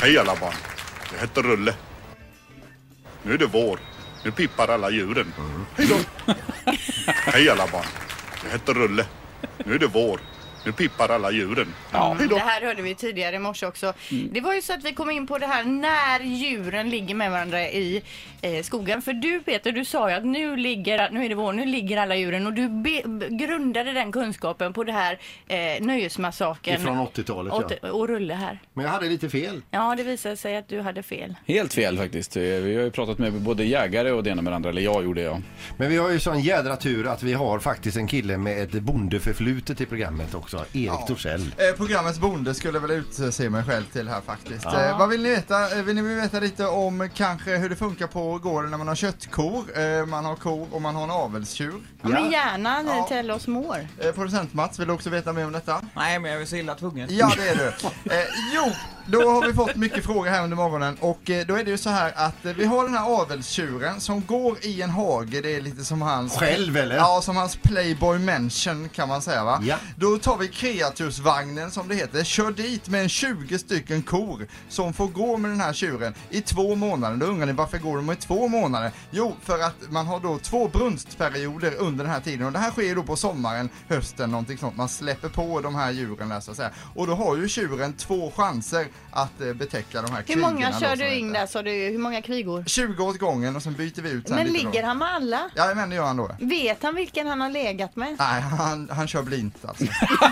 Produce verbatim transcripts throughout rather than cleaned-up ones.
Hej alla barn, jag heter Rulle. Nu är det vår, nu pippar alla djuren. Mm. Hej då! Hej alla barn, jag heter Rulle. Nu är det vår, nu pippar alla djuren. Ja. Det här hörde vi tidigare i morse också. Mm. Det var ju så att vi kom in på det här när djuren ligger med varandra i eh, skogen. För du Peter, du sa ju att nu, ligger, nu är det vår, nu ligger alla djuren. Och du be, grundade den kunskapen på det här eh, nöjesmassaken. Från åttiotalet, åttio, ja. Och Rulle här. Men jag hade lite fel. Ja, det visade sig att du hade fel. Helt fel faktiskt. Vi har ju pratat med både jägare och det ena med andra. Eller jag gjorde jag. Men vi har ju sån jädra tur att vi har faktiskt en kille med ett bondeförflutet i programmet också. Erik ja. Torssell. Eh, programmets bonde skulle väl utse mig själv till här faktiskt. Ja. Eh, vad vill ni veta? Vill ni veta lite om kanske hur det funkar på gården när man har köttkor, eh, man har kor och man har en avelstjur? Ja, men gärna ja. Till oss mår. Eh, producent Mats, vill du också veta mer om detta? Nej, men jag är så illa tvungen. Ja, det är du. Eh, jo, då har vi fått mycket frågor här under morgonen och eh, då är det ju så här att eh, vi har den här avelstjuren som går i en hage. Det är lite som hans... Själv eller? Ja, som hans Playboy Mansion kan man säga va? Ja. Då tar vi kreatursvagnen som det heter, kör dit med en tjugo stycken kor som får gå med den här tjuren i två månader. Då undrar ni varför går de i två månader? Jo, för att man har då två brunstperioder under den här tiden och det här sker då på sommaren, hösten, någonting sånt. Man släpper på de här djuren där, så att säga. Och då har ju tjuren två chanser att eh, betäcka de här kvigorna. Hur många kör du in där, så du, hur många kvigor? tjugo åt gången och sen byter vi ut. Sen men lite ligger då. Han med alla? Ja, men det gör han då. Vet han vilken han har legat med? Nej, han, han kör blint alltså.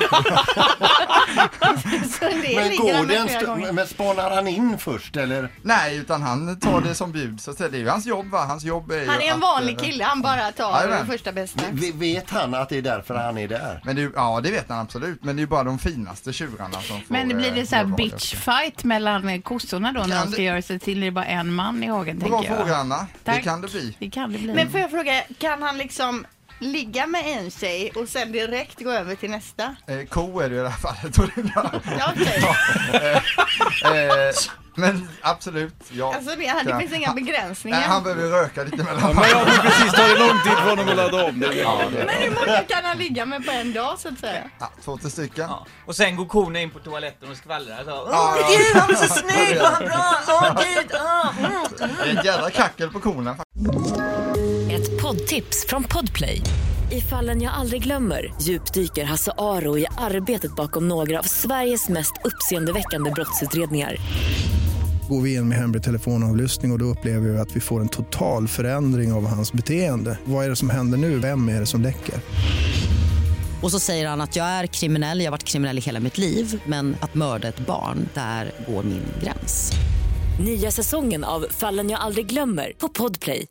Men går det en st- men spanar han in först eller? Nej, utan han tar det som bjud. Så det är ju hans jobb va? Hans jobb är han är en att, vanlig kille, han bara tar ja, första bästa. V- vet han att det är därför han är där? Men det, ja, det vet han absolut. Men det är ju bara de finaste tjurarna som får... Men det blir det så här bitchfight mellan kossorna då, när de ska göra sig till det är bara en man i hagen, tänker jag. Bra fråga, Anna. Tack. Det kan det bli. Det kan det bli. Men får jag fråga, kan han liksom ligga med en tjej och sen direkt gå över till nästa? Eh, ko är det i det här fallet. Ja, okej. Ja, eh, eh, men absolut, ja. Alltså det, det finns inga begränsningar. Nej, han behöver röka lite mellan. Ja, men jag har precis tagit lång tid för honom att ladda om. Det. Ja, det. Men hur många kan han ligga med på en dag så att säga? Ja, två till stycken. Ja. Och sen går korna in på toaletten och skvallrar. Åh ja, ja. gud, han är så snygg, vad han bra. Åh gud, åh. Mm. Det är en jävla kackel på korna. Ett poddtips från Podplay. I Fallen jag aldrig glömmer djupdyker Hasse Aro i arbetet bakom några av Sveriges mest uppseendeväckande brottsutredningar. Går vi in med hemlig telefonavlyssning och, och då upplever vi att vi får en total förändring av hans beteende. Vad är det som händer nu? Vem är det som läcker? Och så säger han att jag är kriminell, jag har varit kriminell i hela mitt liv. Men att mörda ett barn, där går min gräns. Nya säsongen av Fallen jag aldrig glömmer på Podplay.